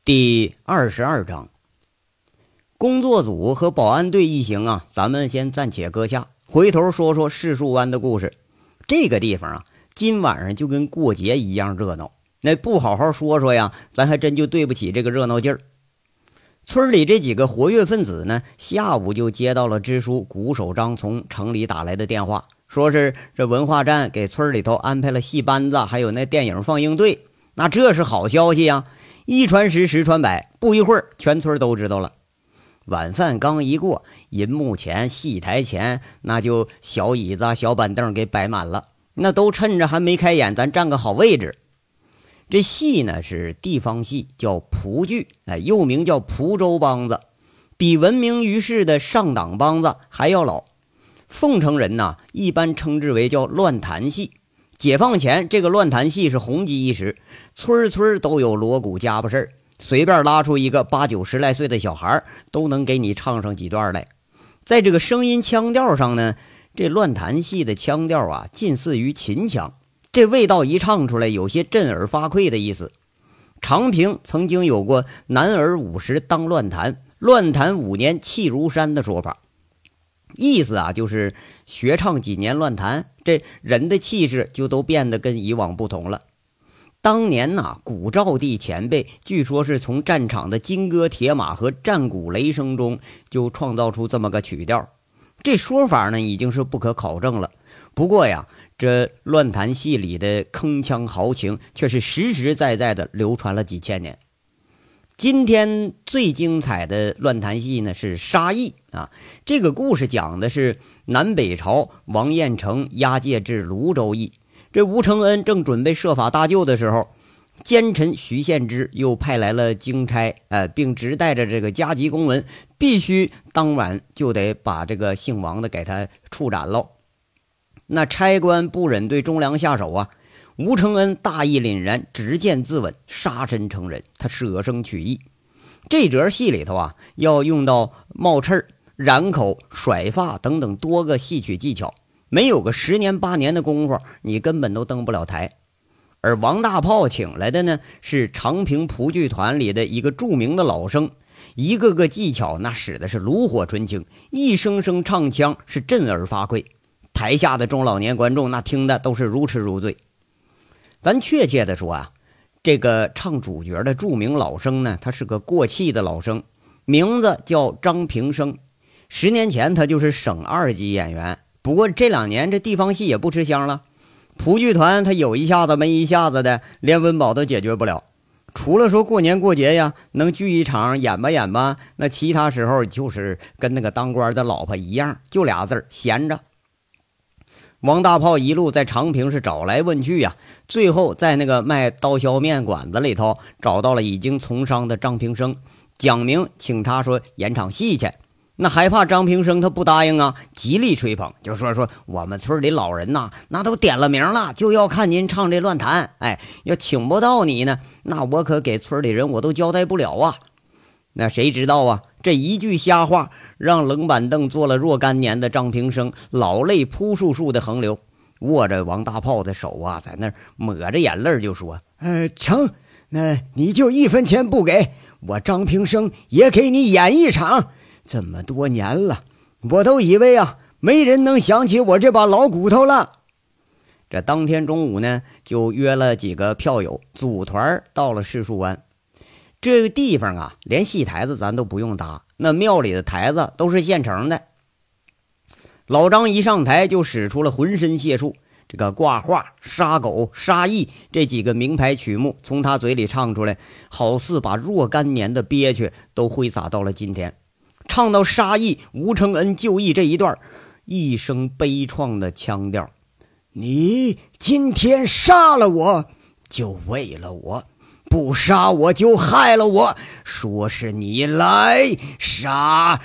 第22章，工作组和保安队一行啊，咱们先暂且搁下，回头说说柿树湾的故事。这个地方啊，今晚上就跟过节一样热闹，那不好好说说呀，咱还真就对不起这个热闹劲儿。村里这几个活跃分子呢，下午就接到了支书谷守章从城里打来的电话，说是这文化站给村里头安排了戏班子，还有那电影放映队。那这是好消息呀，一传十，十传百，不一会儿全村都知道了。晚饭刚一过，银幕前、戏台前那就小椅子、小板凳给摆满了，那都趁着还没开演，咱占个好位置。这戏呢是地方戏，叫蒲剧，又名叫蒲州梆子，比闻名于世的上党梆子还要老。凤城人呢一般称之为叫乱弹戏。解放前这个乱弹戏是红极一时，村村都有锣鼓家巴事，随便拉出一个8、9、10来岁的小孩都能给你唱上几段来。在这个声音腔调上呢，这乱弹戏的腔调啊近似于秦腔，这味道一唱出来有些震耳发聩的意思。长平曾经有过男儿50当乱弹，乱弹5年气如山的说法，意思啊就是学唱几年乱弹，这人的气势就都变得跟以往不同了。当年呐，古赵地前辈据说是从战场的金戈铁马和战鼓雷声中就创造出这么个曲调，这说法呢已经是不可考证了。不过呀，这乱弹戏里的铿锵豪情却是实实在在的流传了几千年。今天最精彩的乱弹戏呢是沙溢啊，这个故事讲的是南北朝王彦成押解至泸州驿，这吴承恩正准备设法搭救的时候，奸臣徐献之又派来了京差，并直带着这个加急公文，必须当晚就得把这个姓王的给他处斩喽。那差官不忍对忠良下手啊，吴承恩大义凛然，执剑自刎，杀身成仁，他舍生取义。这折戏里头啊，要用到冒刺、染口、甩发等等多个戏曲技巧，没有个10年8年的功夫，你根本都登不了台。而王大炮请来的呢，是长平蒲剧团里的一个著名的老生，一个个技巧那使的是炉火纯青，一声声唱腔是震耳发聩，台下的中老年观众那听的都是如痴如醉。咱确切的说啊，这个唱主角的著名老生呢，他是个过气的老生，名字叫张平生。10年前他就是省2级演员，不过这2年这地方戏也不吃香了，蒲剧团他有一下子没一下子的，连温饱都解决不了。除了说过年过节呀能聚一场演吧，那其他时候就是跟那个当官的老婆一样，就俩字儿闲着。王大炮一路在长平是找来问去呀，最后在那个卖刀削面馆子里头找到了已经从商的张平生，讲明请他说演场戏去。那还怕张平生他不答应啊，极力吹捧，就说我们村里老人呐，那都点了名了，就要看您唱这乱弹，要请不到你呢，那我可给村里人我都交代不了啊。那谁知道啊，这一句瞎话让冷板凳坐了若干年的张平生老泪扑簌的横流，握着王大炮的手啊，在那儿抹着眼泪就说成，那你就1分钱不给我张平生也给你演一场。这么多年了，我都以为啊没人能想起我这把老骨头了。这当天中午呢，就约了几个票友组团到了柿树湾。这个地方啊，连戏台子咱都不用搭，那庙里的台子都是现成的。老张一上台就使出了浑身解数，这个挂画、杀狗、杀义这几个名牌曲目从他嘴里唱出来，好似把若干年的憋屈都挥洒到了今天。唱到杀义吴承恩就义这一段，一声悲怆的腔调，你今天杀了我就为了我，不杀我就害了我，说是你来杀。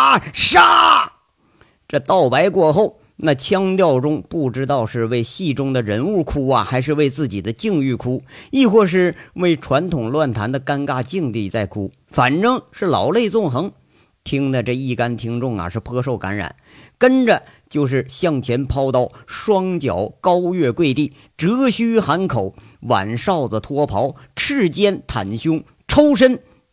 这道白过后，那腔调中不知道是为戏中的人物哭啊，还是为自己的境遇哭，亦或是为传统乱弹的尴尬境地在哭，反正是老泪纵横。听的这一干听众啊是颇受感染，跟着就是向前抛刀，双脚高跃跪地，折须喊口，挽哨子脱袍，赤肩袒胸，抽身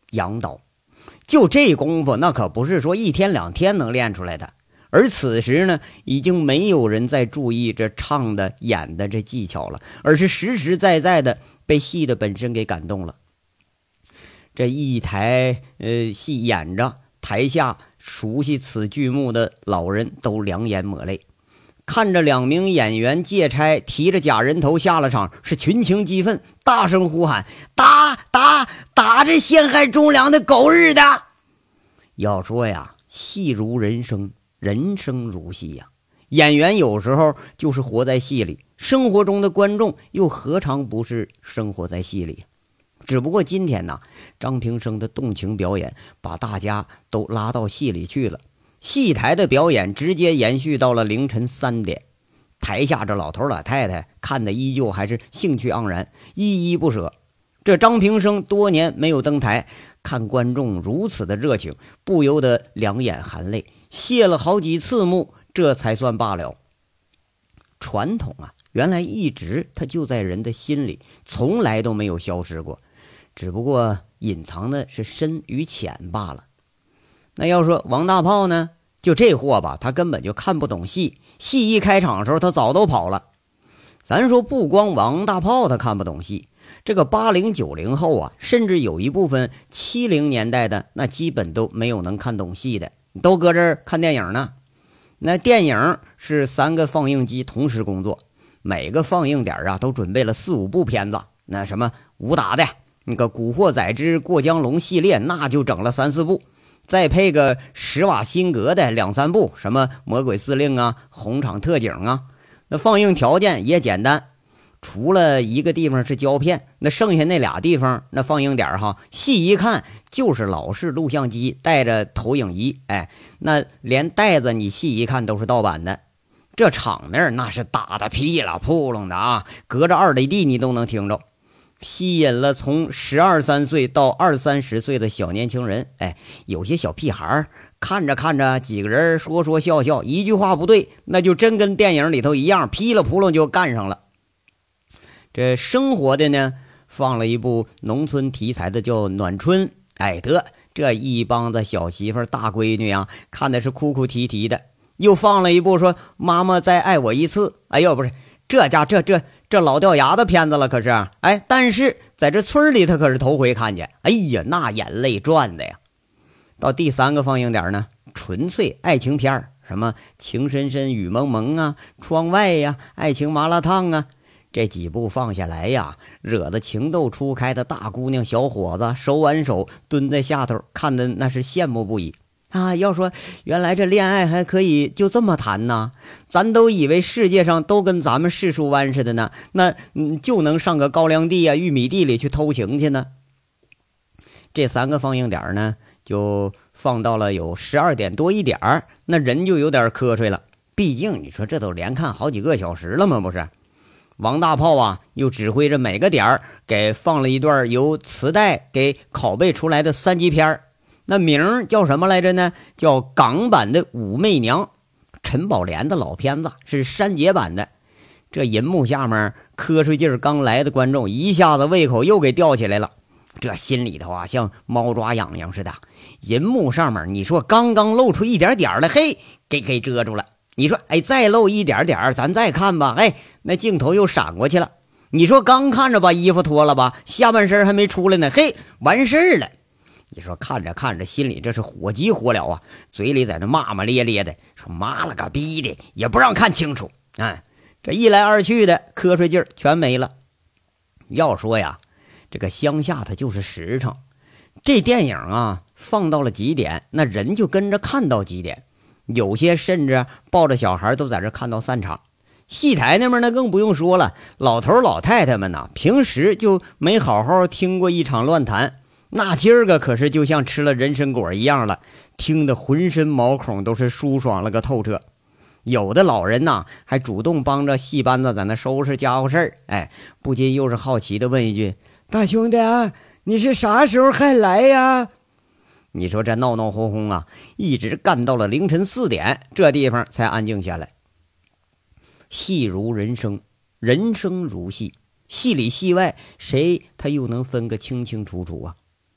杨导。就这功夫，那可不是说一天两天能练出来的。而此时呢，已经没有人在注意这唱的演的这技巧了，而是实实在在的被戏的本身给感动了。这一台戏演着，台下熟悉此剧目的老人都两眼抹泪，看着两名演员借差提着假人头下了场，是群情激愤，大声呼喊：打这陷害忠良的狗日的！要说呀，戏如人生，人生如戏呀。演员有时候就是活在戏里，生活中的观众又何尝不是生活在戏里？只不过今天呢，张平生的动情表演把大家都拉到戏里去了，戏台的表演直接延续到了凌晨3点。台下这老头老太太看的依旧还是兴趣盎然，依依不舍。这张平生多年没有登台，看观众如此的热情，不由得两眼含泪，谢了好几次幕，这才算罢了。传统啊，原来一直它就在人的心里，从来都没有消失过，只不过隐藏的是深与浅罢了。那要说王大炮呢，就这货吧，他根本就看不懂戏，戏一开场的时候他早都跑了。咱说不光王大炮他看不懂戏，这个80、90后啊，甚至有一部分70年代的，那基本都没有能看懂戏的，都搁这儿看电影呢。那电影是3个放映机同时工作，每个放映点啊都准备了4、5部片子。那什么武打的，那个《古惑仔之过江龙》系列，那就整了3、4部，再配个施瓦辛格的2、3部，什么魔鬼司令啊、红场特警啊。那放映条件也简单，除了一个地方是胶片，那剩下那俩地方那放映点哈，细一看就是老式录像机带着投影仪，那连带子你细一看都是盗版的。这场面那是打的噼里扑棱的啊，隔着2里地你都能听着，吸引了从12、13岁到20、30岁的小年轻人。有些小屁孩看着看着，几个人说说笑笑，一句话不对，那就真跟电影里头一样，噼里扑棱就干上了。这生活的呢，放了一部农村题材的叫《暖春》。这一帮子小媳妇大闺女啊，看的是哭哭啼啼的。又放了一部说妈妈再爱我一次。不是这老掉牙的片子了，可是但是在这村里他可是头回看见，那眼泪转的呀。到第3个放映点呢，纯粹爱情片，什么情深深雨蒙蒙啊、窗外呀、爱情麻辣烫啊，这几部放下来呀，惹得情窦初开的大姑娘小伙子手挽手蹲在下头，看的那是羡慕不已啊。要说原来这恋爱还可以就这么谈呢，咱都以为世界上都跟咱们世树湾似的呢，那就能上个高粱地啊、玉米地里去偷情去呢。这3个放映点呢，就放到了有12点多一点儿，那人就有点瞌睡了，毕竟你说这都连看好几个小时了吗？不是。王大炮啊，又指挥着每个点儿给放了一段由磁带给拷贝出来的3级片，那名叫什么来着呢？叫港版的《武媚娘》，陈宝莲的老片子，是删节版的。这银幕下面瞌睡劲儿刚来的观众一下子胃口又给吊起来了，这心里头啊像猫抓痒痒似的。银幕上面你说刚刚露出一点点了，给遮住了。你说再露一点点咱再看吧，那镜头又闪过去了。你说刚看着把衣服脱了吧，下半身还没出来呢，完事儿了。你说看着看着心里这是火急火燎啊，嘴里在那骂骂咧咧的，说妈了个逼的，也不让看清楚。这一来二去的瞌睡劲儿全没了。要说呀，这个乡下它就是实诚，这电影啊放到了几点，那人就跟着看到几点，有些甚至抱着小孩都在这看到散场。戏台那边呢更不用说了，老头老太太们呢平时就没好好听过一场乱弹，那今儿个可是就像吃了人参果一样了，听得浑身毛孔都是舒爽了个透彻。有的老人呢还主动帮着戏班子在那收拾家伙事儿，不禁又是好奇的问一句：大兄弟啊，你是啥时候还来呀？你说这闹闹哄哄啊，一直干到了凌晨4点，这地方才安静下来。戏如人生，人生如戏，戏里戏外，谁他又能分个清清楚楚啊？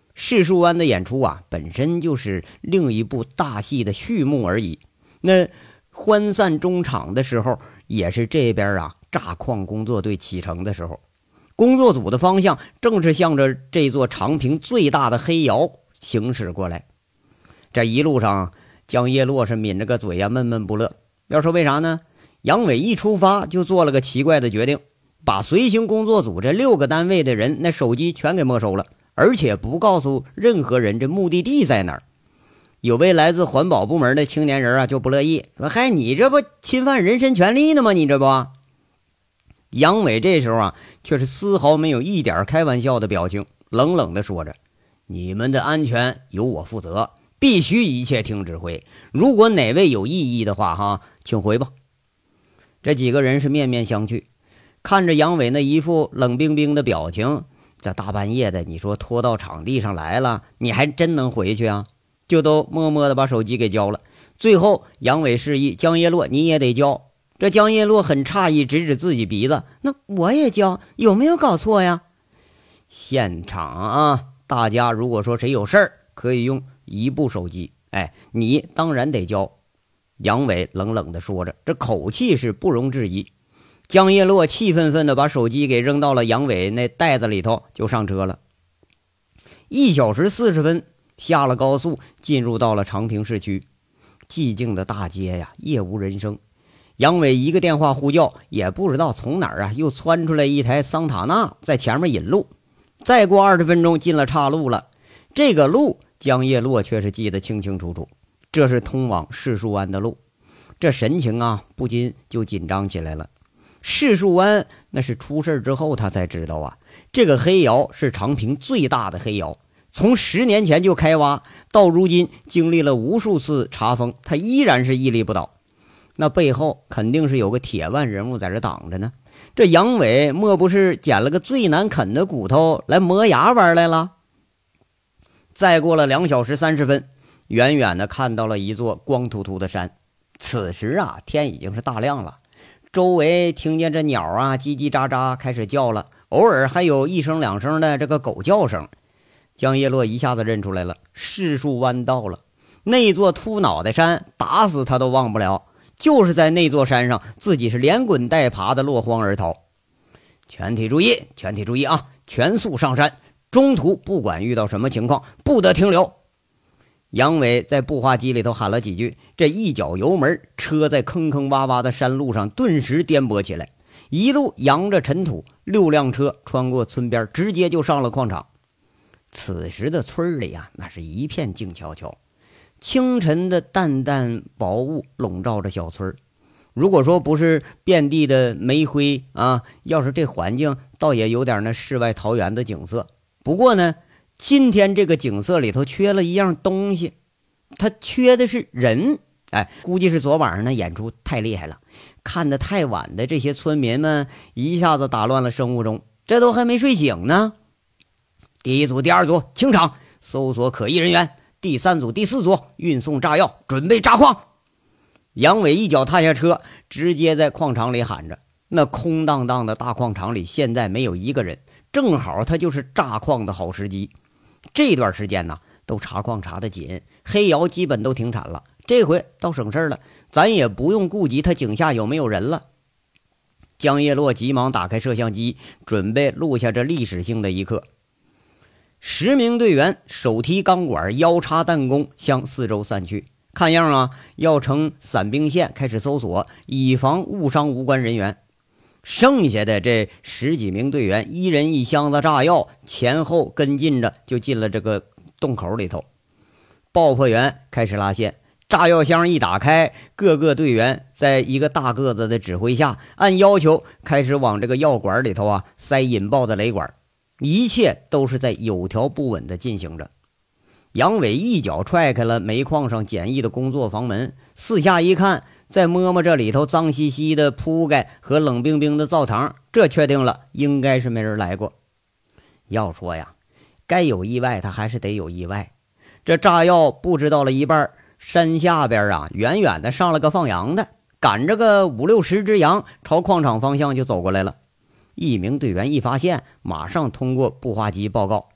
世树湾的演出啊，本身就是另一部大戏的序幕而已。那欢散中场的时候，也是这边啊炸矿工作队启程的时候。工作组的方向正是向着这座长平最大的黑窑行驶过来。这一路上，江叶落是抿着个嘴呀，闷闷不乐。要说为啥呢？杨伟一出发就做了个奇怪的决定，把随行工作组这6个单位的人那手机全给没收了，而且不告诉任何人这目的地在哪儿。有位来自环保部门的青年人啊就不乐意，说：“嗨，你这不侵犯人身权利呢吗？你这不？”杨伟这时候啊，却是丝毫没有一点开玩笑的表情，冷冷地说着：“你们的安全由我负责，必须一切听指挥。如果哪位有异议的话，哈，请回吧。”这几个人是面面相觑，看着杨伟那一副冷冰冰的表情，这大半夜的，你说拖到场地上来了，你还真能回去啊？就都默默的把手机给交了。最后杨伟示意江叶落你也得交。这江叶落很诧异，指指自己鼻子：“那我也交，有没有搞错呀？”现场啊，大家如果说谁有事儿，可以用一部手机。哎，你当然得交。杨伟冷冷地说着，这口气是不容置疑。江叶落气愤愤地把手机给扔到了杨伟那袋子里头，就上车了。1小时40分，下了高速，进入到了长平市区。寂静的大街呀，夜无人声。杨伟一个电话呼叫，也不知道从哪儿啊又窜出来一台桑塔纳，在前面引路。再过20分钟，进了岔路了。这个路江叶落却是记得清清楚楚，这是通往世树湾的路。这神情啊，不禁就紧张起来了。世树湾那是出事之后他才知道啊，这个黑窑是长平最大的黑窑，从10年前就开挖，到如今经历了无数次查封，它依然是屹立不倒。那背后肯定是有个铁腕人物在这挡着呢。这杨伟莫不是捡了个最难啃的骨头来磨牙玩来了？再过了2小时30分，远远的看到了一座光秃秃的山。此时啊，天已经是大亮了，周围听见这鸟啊叽叽喳喳开始叫了，偶尔还有1声2声的这个狗叫声。江叶落一下子认出来了，世树湾到了。那座秃脑袋山打死他都忘不了，就是在那座山上，自己是连滚带爬的落荒而逃。全体注意，全体注意啊！全速上山，中途不管遇到什么情况，不得停留。杨伟在步话机里头喊了几句，这一脚油门，车在坑坑洼洼的山路上顿时颠簸起来，一路扬着尘土，6辆车穿过村边，直接就上了矿场。此时的村里啊，那是一片静悄悄，清晨的淡淡薄雾笼罩着小村。如果说不是遍地的煤灰啊，要是这环境倒也有点那世外桃源的景色。不过呢，今天这个景色里头缺了一样东西，它缺的是人。哎，估计是昨晚上呢演出太厉害了，看得太晚的这些村民们一下子打乱了生物钟，这都还没睡醒呢。第1组、第2组清场，搜索可疑人员；第3组、第4组运送炸药，准备炸矿。杨伟一脚踏下车，直接在矿场里喊着。那空荡荡的大矿场里现在没有一个人，正好他就是炸矿的好时机。这段时间呢，都查矿查得紧，黑窑基本都停产了，这回倒省事了，咱也不用顾及他井下有没有人了。江叶落急忙打开摄像机，准备录下这历史性的一刻。10名队员手提钢管，腰插弹弓，向四周散去。看样啊，要呈散兵线开始搜索，以防误伤无关人员。剩下的这10几名队员，一人一箱子炸药，前后跟进着就进了这个洞口里头。爆破员开始拉线，炸药箱一打开，各个队员在一个大个子的指挥下，按要求开始往这个药管里头啊塞引爆的雷管。一切都是在有条不紊地进行着。杨伟一脚踹开了煤矿上简易的工作房门，四下一看，再摸摸这里头脏兮兮的铺盖和冷冰冰的灶堂，这确定了应该是没人来过。要说呀，该有意外他还是得有意外。这炸药布置到了一半，山下边啊远远的上了个放羊的，赶着个5、60只羊朝矿场方向就走过来了。一名队员一发现，马上通过步话机报告：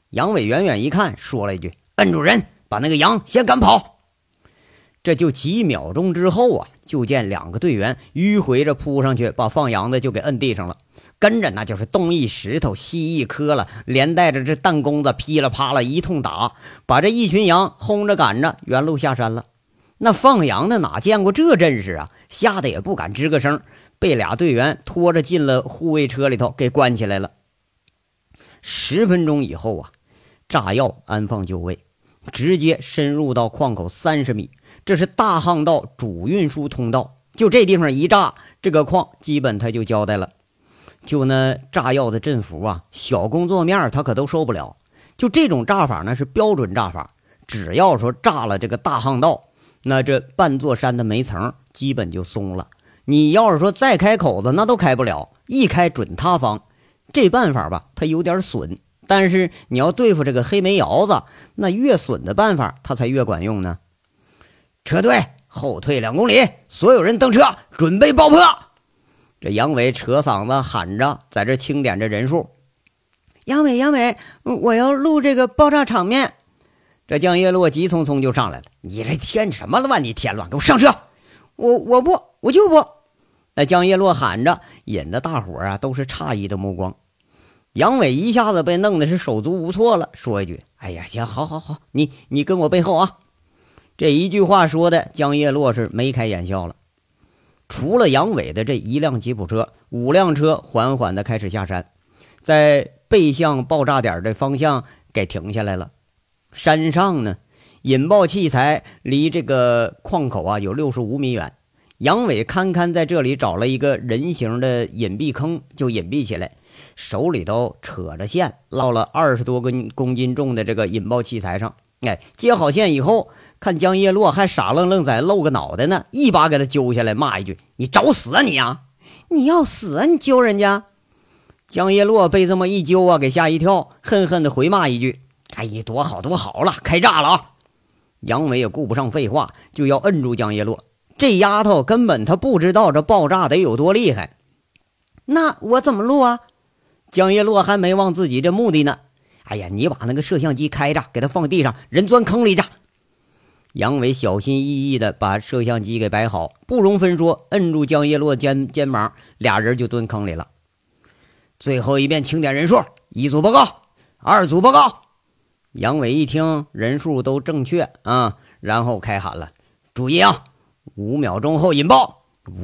杨伟远远一看，说了一句：“摁住人，把那个羊先赶跑。”这就几秒钟之后啊，就见2个队员迂回着扑上去，把放羊的就给摁地上了。跟着那就是东一石头西一磕了，连带着这弹弓子噼里啪啦一通打，把这一群羊轰着赶着原路下山了。那放羊的哪见过这阵势啊，吓得也不敢吱个声，被俩队员拖着进了护卫车里头给关起来了。10分钟以后啊，炸药安放就位，直接深入到矿口30米，这是大巷道主运输通道，就这地方一炸，这个矿基本它就交代了。就那炸药的振幅啊，小工作面它可都受不了。就这种炸法呢是标准炸法，只要说炸了这个大巷道，那这半座山的煤层基本就松了。你要是说再开口子，那都开不了，一开准塌方。这办法吧，它有点损，但是你要对付这个黑煤窑子，那越损的办法它才越管用呢。车队后退2公里，所有人登车，准备爆破。这杨伟扯嗓子喊着，在这清点着人数。杨伟，我要录这个爆炸场面。这江叶落急匆匆就上来了，你这添什么乱？你添乱，给我上车！我不，我就不。那江叶落喊着，引得大伙啊都是诧异的目光。杨伟一下子被弄得是手足无措了，说一句：“哎呀，行，好，你跟我背后啊！”这一句话说的，江叶落是眉开眼笑了。除了杨伟的这1辆吉普车，5辆车缓缓地开始下山，在背向爆炸点的方向给停下来了。山上呢，引爆器材离这个矿口啊有65米远。杨伟堪在这里找了一个人形的隐蔽坑，就隐蔽起来，手里头扯着线，落了20多公斤重的这个引爆器材上。接好线以后，看江叶落还傻愣愣在露个脑袋呢，一把给他揪下来，骂一句：“你找死啊你啊！你要死啊你揪人家！”江叶落被这么一揪啊，给吓一跳，恨恨的回骂一句：“哎，你多好了，开炸了啊！”杨伟也顾不上废话，就要摁住江叶落。这丫头根本她不知道这爆炸得有多厉害。那我怎么录啊？江叶落还没忘自己这目的呢。哎呀，你把那个摄像机开着，给它放地上，人钻坑里去。杨伟小心翼翼地把摄像机给摆好，不容分说，摁住江叶落肩膀，俩人就蹲坑里了。最后一遍清点人数，1组报告，2组报告。杨伟一听人数都正确啊，然后开喊了：“注意啊，5秒钟后引爆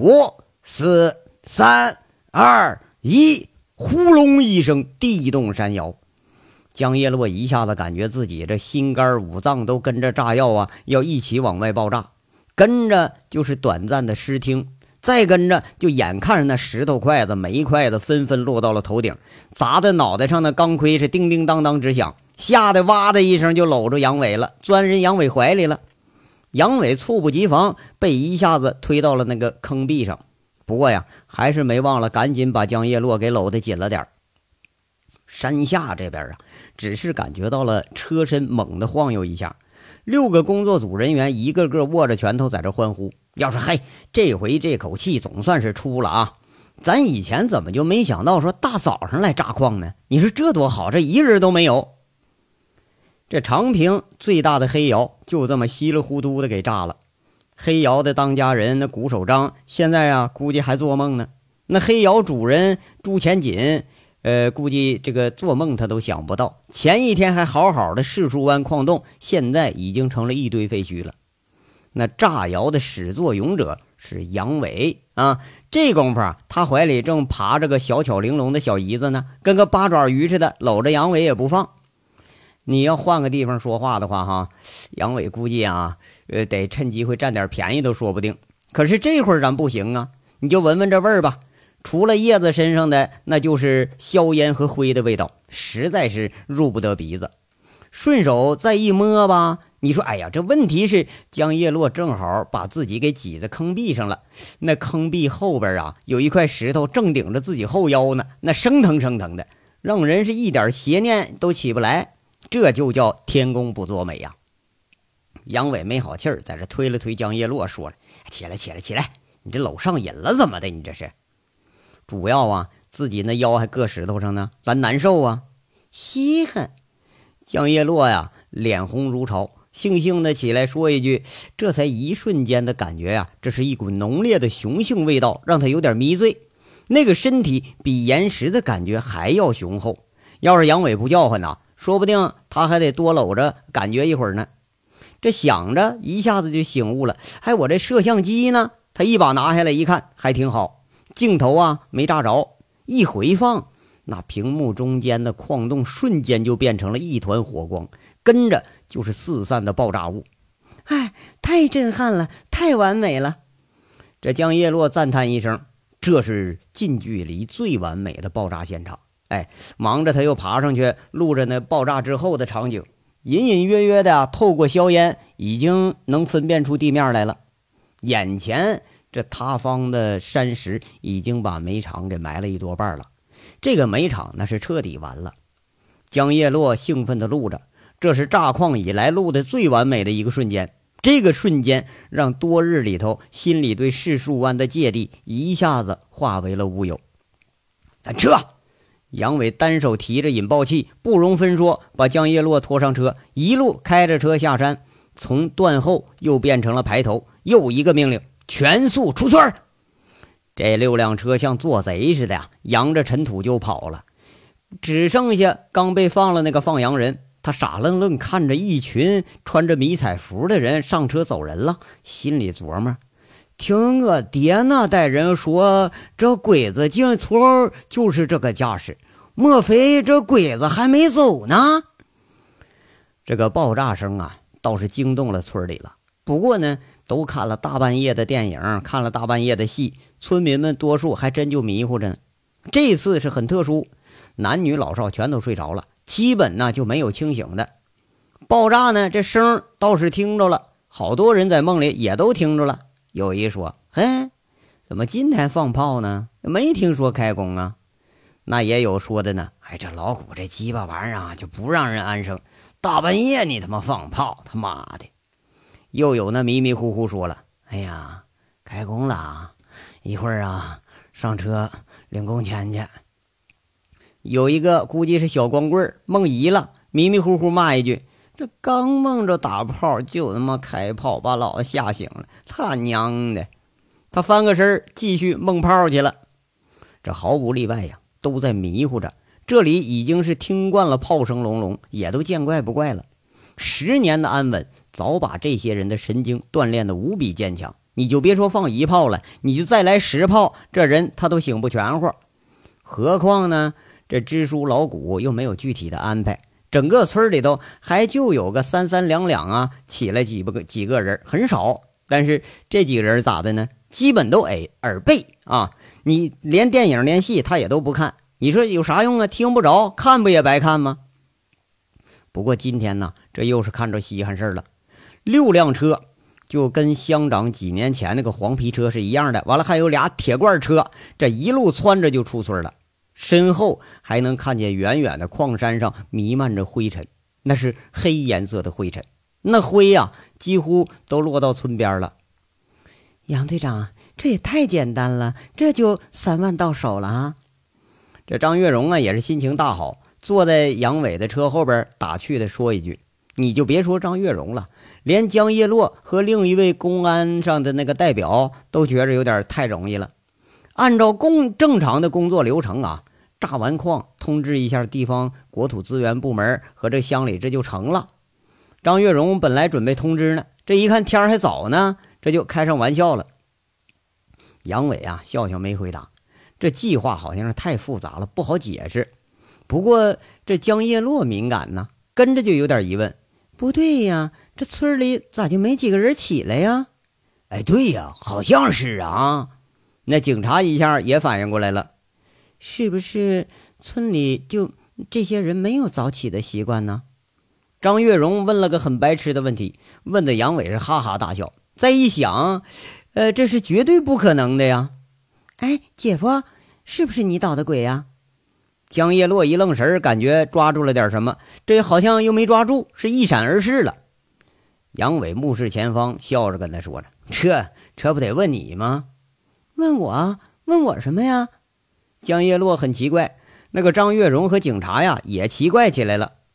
！5、4、3、2、1！”呼隆一声，地动山摇。江叶落一下子感觉自己这心肝五脏都跟着炸药啊，要一起往外爆炸，跟着就是短暂的失听，再跟着就眼看着那石头筷子、煤筷子纷纷落到了头顶，砸在脑袋上的钢盔是叮叮当当直响，吓得哇的一声就搂住杨伟了，钻人杨伟怀里了。杨伟猝不及防，被一下子推到了那个坑壁上，不过呀，还是没忘了赶紧把江叶落给搂得紧了点。山下这边啊，只是感觉到了车身猛地晃悠一下，6个工作组人员一个个握着拳头在这欢呼。要是嘿，这回这口气总算是出了啊！咱以前怎么就没想到说大早上来炸矿呢？你说这多好，这一人都没有。这长平最大的黑窑就这么稀里糊涂的给炸了。黑窑的当家人那谷守章现在啊估计还做梦呢。那黑窑主人朱前锦估计这个做梦他都想不到，前一天还好好的柿树湾矿洞，现在已经成了一堆废墟了。那炸窑的始作俑者是杨伟啊，这功夫啊，他怀里正爬着个小巧玲珑的小姨子呢，跟个八爪鱼似的，搂着杨伟也不放。你要换个地方说话的话哈，杨伟估计啊，得趁机会占点便宜都说不定。可是这会儿咱不行啊，你就闻闻这味儿吧。除了叶子身上的，那就是硝烟和灰的味道，实在是入不得鼻子。顺手再一摸吧，你说哎呀，这问题是江叶落正好把自己给挤在坑壁上了，那坑壁后边啊有一块石头正顶着自己后腰呢，那生腾生腾的，让人是一点邪念都起不来，这就叫天公不作美呀。杨伟没好气儿，在这推了推江叶落，说了：“起来，你这搂上瘾了怎么的？你这是。”主要啊，自己那腰还硌石头上呢，咱难受啊。稀罕， 江叶落呀，脸红如潮，悻悻的起来说一句，这才一瞬间的感觉呀，这是一股浓烈的雄性味道，让他有点迷醉。那个身体比岩石的感觉还要雄厚，要是杨伟不叫唤呐，说不定他还得多搂着感觉一会儿呢。这想着一下子就醒悟了，我这摄像机呢？他一把拿下来一看，还挺好，镜头啊没炸着，一回放，那屏幕中间的矿洞瞬间就变成了一团火光，跟着就是四散的爆炸物。太震撼了，太完美了！这江叶落赞叹一声，这是近距离最完美的爆炸现场。忙着他又爬上去录着那爆炸之后的场景，隐隐约约的透过硝烟已经能分辨出地面来了。眼前这塌方的山石已经把煤厂给埋了一多半了，这个煤厂那是彻底完了。江叶落兴奋地录着，这是炸矿以来录的最完美的一个瞬间。这个瞬间让多日里头心里对柿树湾的芥蒂一下子化为了乌有。咱撤！杨伟单手提着引爆器，不容分说把江叶落拖上车，一路开着车下山，从断后又变成了排头，又一个命令，全速出村。这6辆车像做贼似的呀，扬着尘土就跑了，只剩下刚被放了那个放羊人。他傻愣愣看着一群穿着迷彩服的人上车走人了，心里琢磨，听我爹那代人说，这鬼子进村就是这个架势，莫非这鬼子还没走呢？这个爆炸声啊，倒是惊动了村里了。不过呢，都看了大半夜的电影，看了大半夜的戏，村民们多数还真就迷糊着呢。这次是很特殊，男女老少全都睡着了，基本呢就没有清醒的。爆炸呢，这声倒是听着了，好多人在梦里也都听着了。有一说，怎么今天放炮呢？没听说开工啊。那也有说的呢，这老虎这鸡巴玩意儿啊，就不让人安生，大半夜你他妈放炮，他妈的。又有那迷迷糊糊说了，开工了啊，一会儿啊上车领工钱去。有一个估计是小光棍梦遗了，迷迷糊糊骂一句，这刚梦着打炮就他妈开炮，把老子吓醒了，他娘的。他翻个身继续梦炮去了。这毫无例外呀，都在迷糊着，这里已经是听惯了炮声隆隆，也都见怪不怪了。10年的安稳早把这些人的神经锻炼得无比坚强，你就别说放1炮了，你就再来10炮，这人他都醒不全乎。何况呢，这支书老谷又没有具体的安排，整个村里头还就有个3、3、2、2啊，起来几个人，很少。但是这几个人咋的呢？基本都耳背啊，你连电影连戏他也都不看，你说有啥用啊？听不着，看不也白看吗？不过今天呢，这又是看着稀罕事了。6辆车就跟乡长几年前那个黄皮车是一样的，完了还有俩铁罐车，这一路窜着就出村了。身后还能看见远远的矿山上弥漫着灰尘，那是黑颜色的灰尘，那灰呀，几乎都落到村边了。杨队长，这也太简单了，这就3万到手了啊！这张月荣啊也是心情大好，坐在杨伟的车后边打趣的说一句，你就别说张月荣了，连江叶落和另一位公安上的那个代表都觉着有点太容易了。按照正常的工作流程啊，炸完矿通知一下地方国土资源部门和这乡里，这就成了。张月荣本来准备通知呢，这一看天还早呢，这就开上玩笑了。杨伟啊笑笑没回答，这计划好像是太复杂了，不好解释。不过这江叶落敏感呢，跟着就有点疑问，不对呀，这村里咋就没几个人起来呀？对呀，好像是啊。那警察一下也反应过来了，是不是村里就这些人没有早起的习惯呢？张月荣问了个很白痴的问题，问的杨伟是哈哈大笑。再一想，这是绝对不可能的呀。姐夫，是不是你捣的鬼呀？江叶落一愣神，感觉抓住了点什么，这好像又没抓住，是一闪而逝了。杨伟目视前方，笑着跟他说着，这不得问你吗？问我什么呀？江叶落很奇怪，那个张月荣和警察呀也奇怪起来了。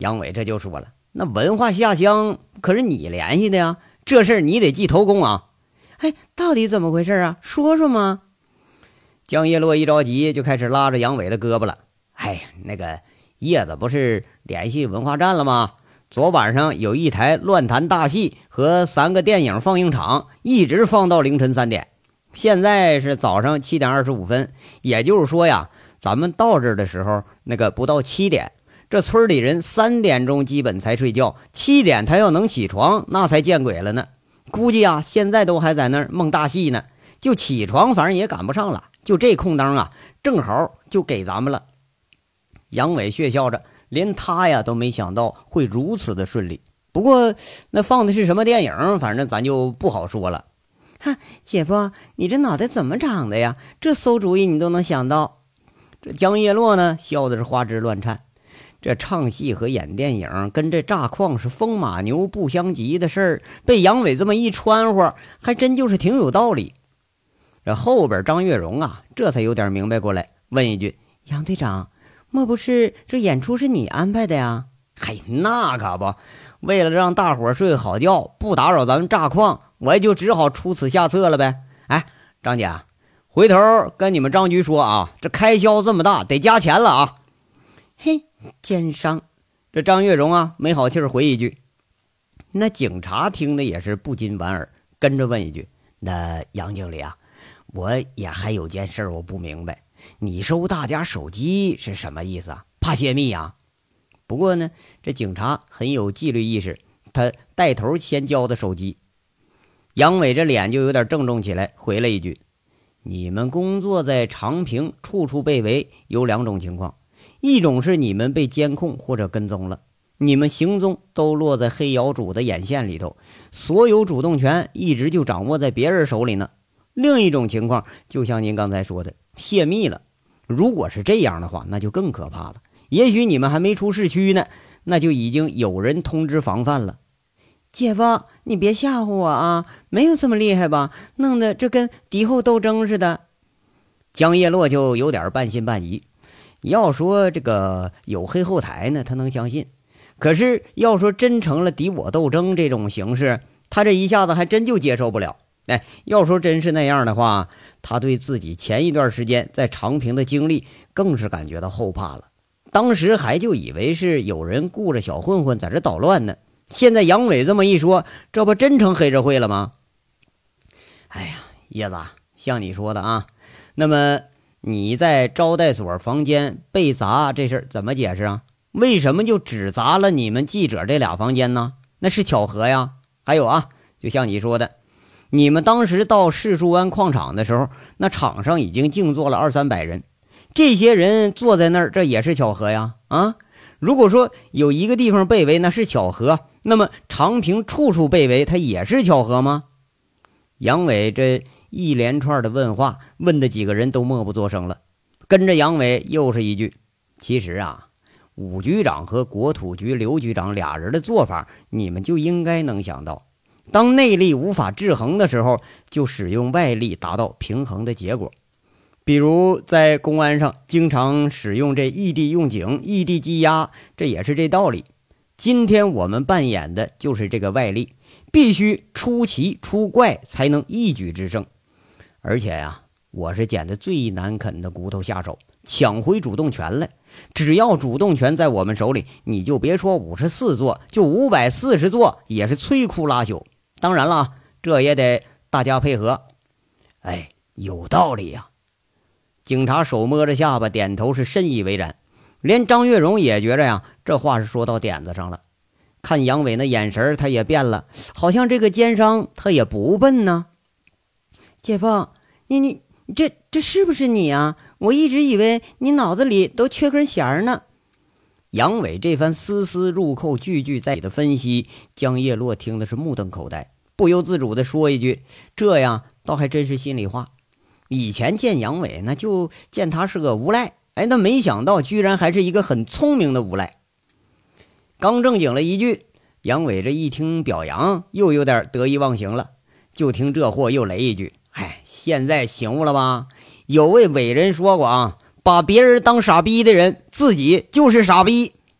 杨伟这就说了，那文化下乡可是你联系的呀，这事儿你得记头功啊。 哎，到底怎么回事啊？说说嘛。 江叶落一着急就开始拉着杨伟的胳膊了。哎，那个叶子不是联系文化站了吗？昨晚上有一台乱弹大戏和3个电影放映场，一直放到凌晨3点。现在是早上7点25分，也就是说呀，咱们到这儿的时候，那个不到7点。这村里人3点钟基本才睡觉，7点他要能起床，那才见鬼了呢。估计啊，现在都还在那儿梦大戏呢，就起床反正也赶不上了。就这空当啊，正好就给咱们了。杨伟血笑着，连他呀都没想到会如此的顺利。不过那放的是什么电影，反正咱就不好说了。 哈，姐夫，你这脑袋怎么长的呀？这馊主意你都能想到。 这江叶落呢，笑的是花枝乱颤。这唱戏和演电影跟这炸矿是风马牛不相及的事儿，被杨伟这么一穿和，还真就是挺有道理。这后边张月荣啊，这才有点明白过来，问一句： 杨队长，莫不是这演出是你安排的呀？ 嘿，那可不，为了让大伙睡个好觉，不打扰咱们炸矿，我也就只好出此下策了呗。哎，张姐，回头跟你们张局说啊，这开销这么大，得加钱了啊。 嘿，奸商！ 这张月荣啊，没好气儿回一句。那警察听的也是不禁莞尔，跟着问一句：那杨经理啊，我也还有件事我不明白，你收大家手机是什么意思啊？怕泄密啊？不过呢，这警察很有纪律意识，他带头先交的手机。杨伟这脸就有点郑重起来，回了一句：你们工作在长平，处处被围，有2种情况。一种是你们被监控或者跟踪了，你们行踪都落在黑窑主的眼线里头，所有主动权一直就掌握在别人手里呢。另一种情况就像您刚才说的，泄密了。如果是这样的话，那就更可怕了。也许你们还没出市区呢，那就已经有人通知防范了。 姐夫，你别吓唬我啊，没有这么厉害吧？弄得这跟敌后斗争似的。 江叶落就有点半信半疑。要说这个有黑后台呢，他能相信。可是要说真成了敌我斗争这种形式，他这一下子还真就接受不了。哎，要说真是那样的话，他对自己前一段时间在长平的经历更是感觉到后怕了。当时还就以为是有人雇着小混混在这捣乱呢，现在杨伟这么一说，这不真成黑社会了吗？哎呀，叶子，像你说的啊，那么你在招待所房间被砸这事儿怎么解释啊？为什么就只砸了你们记者这俩房间呢？那是巧合呀。还有啊，就像你说的，你们当时到柿树湾矿场的时候，那场上已经静坐了200-300人，这些人坐在那儿，这也是巧合呀。啊，如果说有一个地方被围那是巧合，那么长平处处被围，它也是巧合吗？杨伟这一连串的问话，问的几个人都默不作声了。跟着杨伟又是一句：其实啊，武局长和国土局刘局长俩人的做法，你们就应该能想到，当内力无法制衡的时候，就使用外力达到平衡的结果。比如在公安上经常使用这异地用警、异地羁押，这也是这道理。今天我们扮演的就是这个外力，必须出奇出怪才能一举制胜。而且呀，我是捡的最难啃的骨头下手，抢回主动权来。只要主动权在我们手里，你就别说54座，就540座也是摧枯拉朽。当然了，这也得大家配合。哎，有道理呀。警察手摸着下巴点头，是深以为然。连张月荣也觉着呀，这话是说到点子上了。看杨伟那眼神他也变了，好像这个奸商他也不笨呢。 姐夫，你这是不是你啊？我一直以为你脑子里都缺根弦呢。 杨伟这番丝丝入扣、句句在理的分析，江叶落听的是目瞪口呆，不由自主地说一句：这样倒还真是心里话。以前见杨伟那就见他是个无赖，哎，那没想到居然还是一个很聪明的无赖。刚正经了一句，杨伟这一听表扬，又有点得意忘形了。就听这货又雷一句：哎，现在醒悟了吧？有位伟人说过啊，把别人当傻逼的人，自己就是傻逼。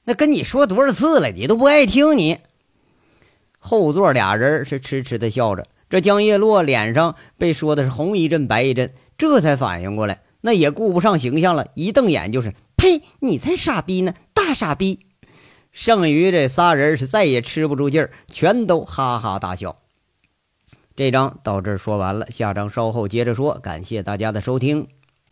那跟你说多少次了，你都不爱听你。后座俩人是痴痴的笑着，这江叶落脸上被说的是红一阵白一阵，这才反应过来，那也顾不上形象了，一瞪眼就是呸，你才傻逼呢，大傻逼。 剩余这仨人是再也吃不住劲儿，全都哈哈大笑。这章到这儿说完了，下章稍后接着说，感谢大家的收听。